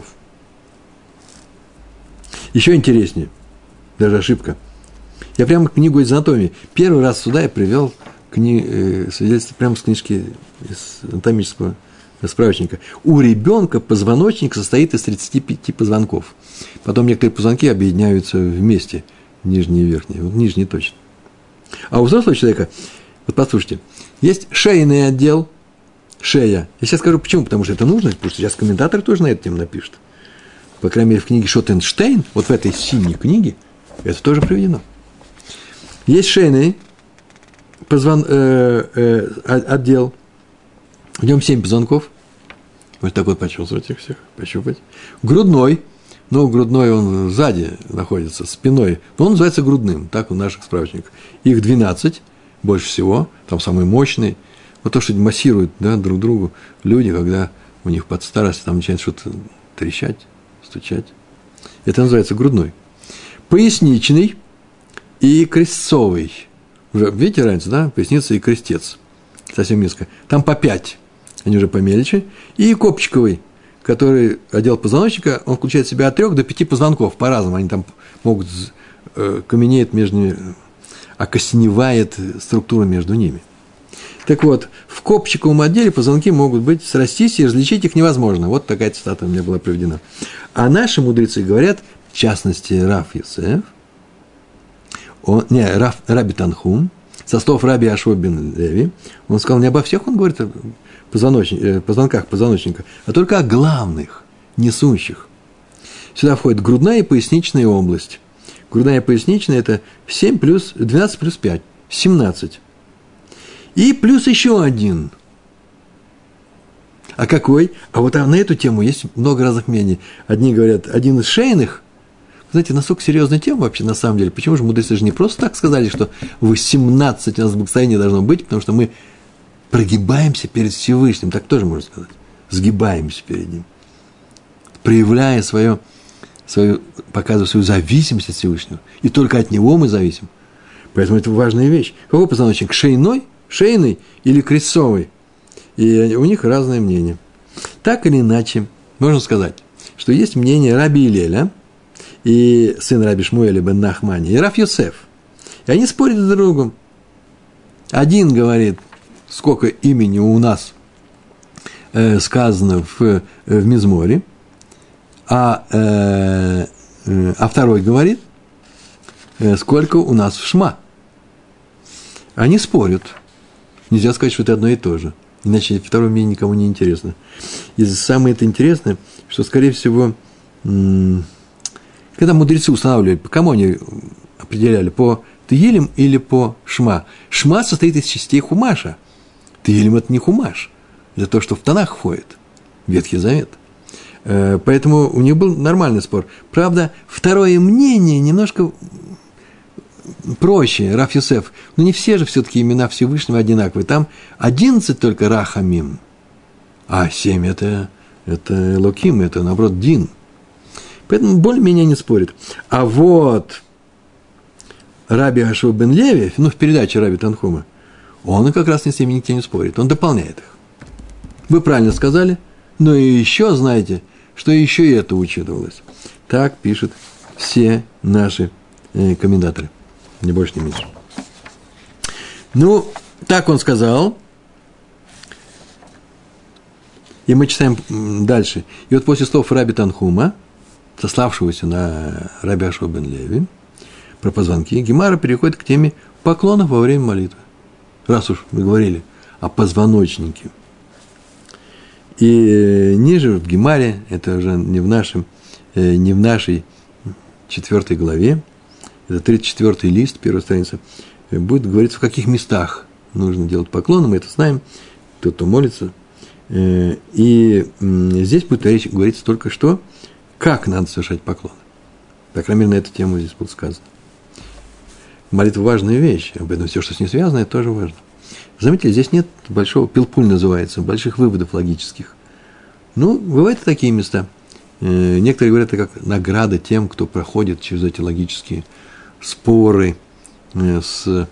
Еще интереснее, даже ошибка. Я прямо книгу из анатомии. Первый раз сюда я привел кни... э, свидетельство прямо с книжки из анатомического справочника. У ребенка позвоночник состоит из тридцати пяти позвонков. Потом некоторые позвонки объединяются вместе. Нижний и верхний, вот нижний точно. А у взрослого человека, вот послушайте, есть шейный отдел, шея. Я сейчас скажу, почему, потому что это нужно, потому что сейчас комментатор тоже на эту тему напишет. По крайней мере, в книге Шотенштейн, вот в этой синей книге, это тоже приведено. Есть шейный позвон, э, э, отдел, в нем семь позвонков. Вот так вот почувствовать их всех, пощупать. Грудной. Но грудной он сзади находится, спиной. Но он называется грудным, так у наших справочников. Их двенадцать, больше всего, там самый мощный. Вот то, что массируют, да, друг другу люди, когда у них под старость там начинает что-то трещать, стучать. Это называется грудной. Поясничный и крестцовый. Уже видите разницу, да? Поясница и крестец. Совсем низко. Там по пять, они уже помельче. И копчиковый, который отдел позвоночника, он включает в себя от трех до пяти позвонков по-разному. Они там могут, э, каменеет между ними, окостеневает структура между ними. Так вот, в копчиковом отделе позвонки могут быть срастись, и различить их невозможно. Вот такая цитата у меня была приведена. А наши мудрецы говорят, в частности, Рав Йосеф, он, не, Рав, Раби Танхум, со слов Раби Ашуа бен Леви, он сказал, не обо всех он говорит о позвоночник, позвонках позвоночника, а только о главных, несущих. Сюда входит грудная и поясничная область. Грудная и поясничная – это семь плюс, двенадцать плюс пять, семнадцать. И плюс еще один. А какой? А вот на эту тему есть много разных мнений. Одни говорят, один из шейных. Знаете, настолько серьезная тема вообще на самом деле. Почему же мудрецы же не просто так сказали, что восемнадцать у нас благословений должно быть, потому что мы прогибаемся перед Всевышним, так тоже можно сказать. Сгибаемся перед Ним. Проявляя свое, свою, показывая свою зависимость от Всевышнего. И только от Него мы зависим. Поэтому это важная вещь. Какой позвоночник? Шейной, шейный или крестцовый? И у них разное мнение. Так или иначе, можно сказать, что есть мнение Раби Илеля, и сын Раби Шмуэля бен Нахмани, и Рав Йосеф. И они спорят друг с другом. Один говорит, сколько имени у нас э, сказано в, в Мизморе, а, э, э, а второй говорит, э, сколько у нас в Шма. Они спорят. Нельзя сказать, что это одно и то же. Иначе второе мнение никому не интересно. И самое это интересное, что, скорее всего, м- когда мудрецы устанавливали, по кому они определяли, по Теилим или по Шма. Шма состоит из частей Хумаша. Теилим – это не Хумаш. Это то, что в Танах входит, Ветхий Завет. Поэтому у них был нормальный спор. Правда, второе мнение немножко проще, Рав Йосеф. Но не все же все-таки имена Всевышнего одинаковые. Там одиннадцать только Рахамим, а семь – это, это Элоким, это, наоборот, Дин. Поэтому более-менее не спорит. А вот Раби Ашуа бен Леви, ну, в передаче Раби Танхума, он как раз ни с ними никто не спорит, он дополняет их. Вы правильно сказали, но и еще знаете, что еще и это учитывалось. Так пишут все наши э, комментаторы, ни больше, ни меньше. Ну, так он сказал. И мы читаем дальше. И вот после слов Раби Танхума, сославшегося на Раби Ашуа бен Леви, про позвонки, Гемара переходит к теме поклонов во время молитвы. Раз уж мы говорили о позвоночнике. И ниже в Гемаре, это уже не в, нашем, не в нашей четвертой главе, это тридцать четвёртый лист, первая страница, будет говориться, в каких местах нужно делать поклоны, мы это знаем, тот, кто молится. И здесь будет речь, говорится только что, как надо совершать поклоны. По крайней мере, на эту тему здесь было сказано. Молитва – важная вещь, об этом все, что с ней связано, это тоже важно. Заметьте, здесь нет большого, пилпуль называется, больших выводов логических. Ну, бывают такие места. Некоторые говорят, это как награда тем, кто проходит через эти логические споры, с,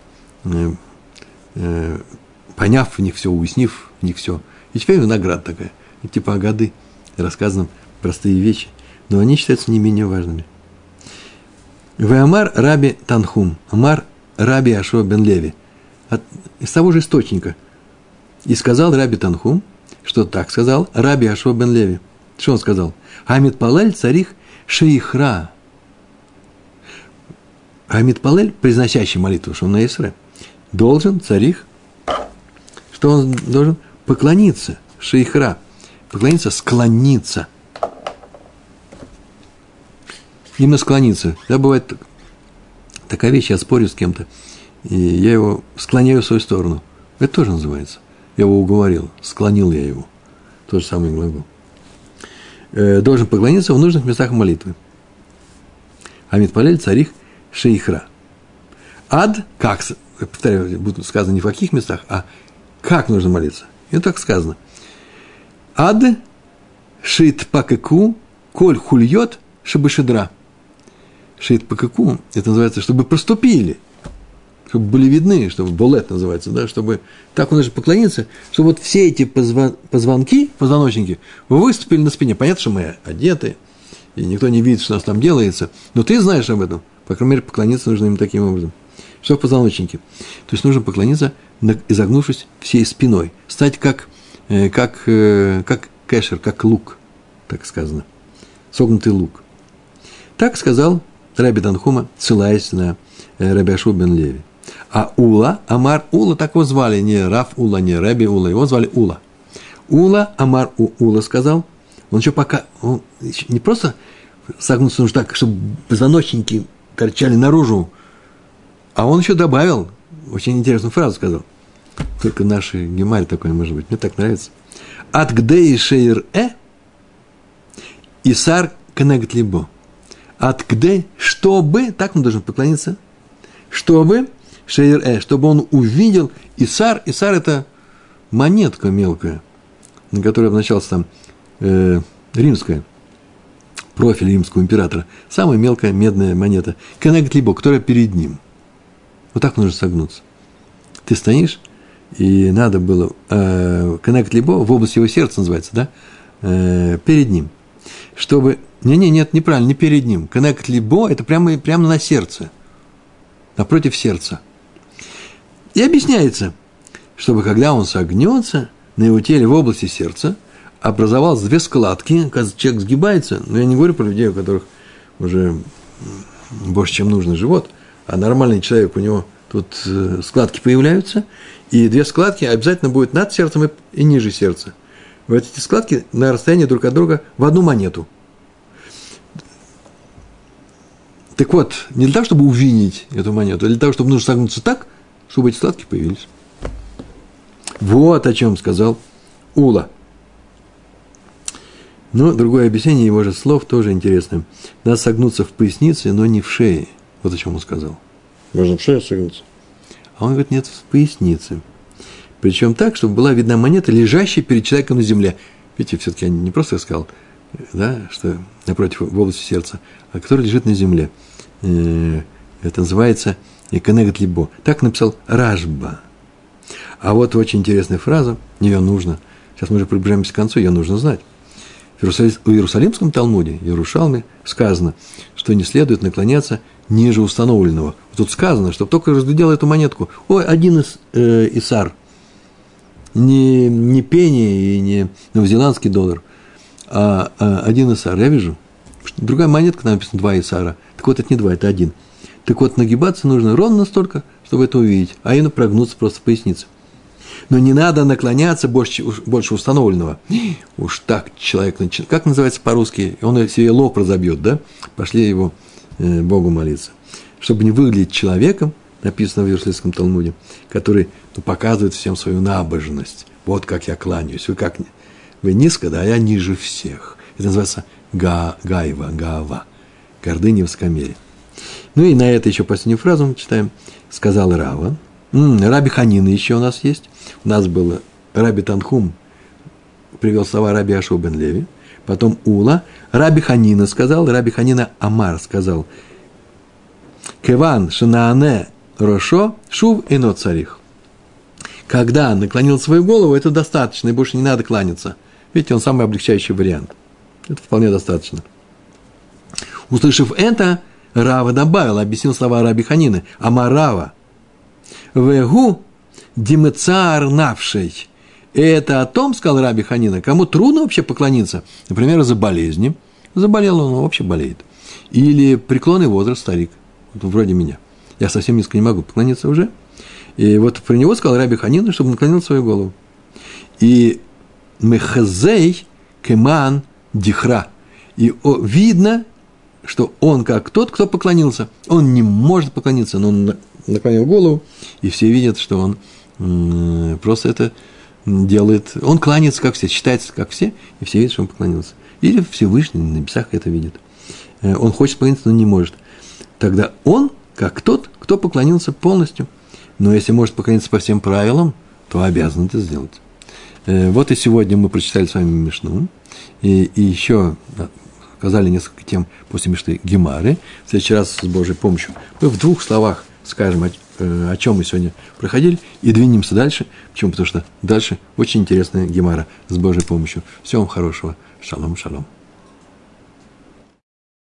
поняв в них все, уяснив в них все. И теперь награда такая. И типа Агады, рассказаны простые вещи, но они считаются не менее важными. Веамар Раби Танхум, Амар Раби Ашуа бен Леви. От, из того же источника. И сказал Раби Танхум, что так сказал Раби Ашуа бен Леви. Что он сказал? Амит Палель царих шейхра. Амит Палель, произносящий молитву Шона Исре, должен царих, что он должен поклониться шейхра. Поклониться, склониться. Именно склониться. Да, бывает такая вещь, я спорю с кем-то, и я его склоняю в свою сторону. Это тоже называется. Я его уговорил, склонил я его. То же самое глагол. Э, должен поклониться в нужных местах молитвы. Амит Палель царих шейхра. Ад, как, повторяю, будет сказано не в каких местах, а как нужно молиться. И так сказано. Ад шит пакеку коль хульет шабашедра. Шит пакеку, это называется, чтобы проступили, чтобы были видны, чтобы болет называется, да, чтобы так он нужно поклониться, чтобы вот все эти позвон, позвонки, позвоночники выступили на спине. Понятно, что мы одеты, и никто не видит, что у нас там делается, но ты знаешь об этом. По крайней мере, поклониться нужно им таким образом. Что в позвоночнике? То есть нужно поклониться, изогнувшись всей спиной, стать как, как, как кэшер, как лук, так сказано, согнутый лук. Так сказал Раби Танхума, ссылаясь на Раби Ашуа бен Леви. А Ула, Амар Ула, так его звали, не Рав Ула, не Раби Ула, его звали Ула. Ула, Амар Ула сказал, он еще пока, он не просто согнуться нужно так, чтобы позвоночники торчали наружу, а он еще добавил, очень интересную фразу сказал, только в нашей Гемаре такое может быть, мне так нравится. От гдей шейр э исар кнегт либо. От гдей, чтобы, так он должен поклониться, чтобы шейр э, чтобы он увидел исар. Исар – это монетка мелкая, на которой обозначалась там э, римская, профиль римского императора. Самая мелкая медная монета. Кнегт либо, которая перед ним. Вот так нужно согнуться. Ты стоишь, и надо было э, коннект либо в области его сердца называется, да, э, перед ним, чтобы не, не, нет, неправильно, не перед ним. Коннект либо это прямо, прямо на сердце, напротив сердца. И объясняется, чтобы когда он согнется на его теле в области сердца, образовалось две складки, когда человек сгибается, но я не говорю про людей, у которых уже больше, чем нужно живот, а нормальный человек, у него тут складки появляются, и две складки обязательно будут над сердцем и, и ниже сердца. Вот эти складки на расстоянии друг от друга в одну монету. Так вот, не для того, чтобы увидеть эту монету, а для того, чтобы нужно согнуться так, чтобы эти складки появились. Вот о чем сказал Ула. Но другое объяснение его же слов тоже интересное. Надо согнуться в пояснице, но не в шее. Вот о чем он сказал. Можно в шею согнуться. А он говорит, нет, в пояснице. Причем так, чтобы была видна монета, лежащая перед человеком на земле. Видите, все-таки я не просто сказал, да, что напротив, в области сердца, а который лежит на земле. Это называется «Коннегт либо». Так написал Рашба. А вот очень интересная фраза, ее нужно, сейчас мы уже приближаемся к концу, ее нужно знать. В Иерусалимском Талмуде, Иерушалме, сказано, что не следует наклоняться ниже установленного. Тут сказано, чтобы только разглядел эту монетку. Ой, один из э, исар. Не, не пенни и не новозеландский доллар, а, а один исар. Я вижу. Другая монетка, там написано два исара. Так вот, это не два, это один. Так вот, нагибаться нужно ровно настолько, чтобы это увидеть, а именно прогнуться просто в пояснице. Но не надо наклоняться больше, больше установленного. Уж так человек начинает. Как называется по-русски? Он себе лоб разобьет, да? Пошли его э, Богу молиться. Чтобы не выглядеть человеком, написано в Иерусалимском Талмуде, который ну, показывает всем свою набожность. Вот как я кланяюсь. Вы как? Вы низко, да, а я ниже всех. Это называется га, гайва, гава. Гордыня и высокомерие. Ну и на это еще последнюю фразу мы читаем. Сказал Рава. М-м, Раби Ханина еще у нас есть. У нас был Раби Танхум, привел слова Раби Ашуа бен Леви. Потом Ула. Раби Ханина сказал, Раби Ханина Амар сказал. Кеван шинаане рошо шув эно царих. Когда наклонил свою голову, это достаточно, и больше не надо кланяться. Видите, он самый облегчающий вариант. Это вполне достаточно. Услышав это, Рава добавил, объяснил слова Раби Ханины. Амар Рава. Вегу димецар навшей. Это о том, сказал Раби Ханина, кому трудно вообще поклониться. Например, из-за болезни. Заболел он, он вообще болеет. Или преклонный возраст, старик. Вот вроде меня. Я совсем низко не могу поклониться уже. И вот про него сказал Раби Ханина, чтобы наклонил свою голову. И мехазей кеман дихра. И о, видно, что он как тот, кто поклонился. Он не может поклониться, но он наклонил голову, и все видят, что он м- просто это делает. Он кланяется, как все, считается, как все, и все видят, что он поклонился. Или Всевышний на небесах это видит. Он хочет поклониться, но не может. Тогда он, как тот, кто поклонился полностью. Но если может поклониться по всем правилам, то обязан это сделать. Вот и сегодня мы прочитали с вами Мишну. И, и еще сказали несколько тем после Мишны Гемары. В следующий раз с Божьей помощью мы в двух словах скажем, о, о чем мы сегодня проходили, и двинемся дальше. Почему? Потому что дальше очень интересная Гемара с Божьей помощью. Всего вам хорошего. Шалом, шалом.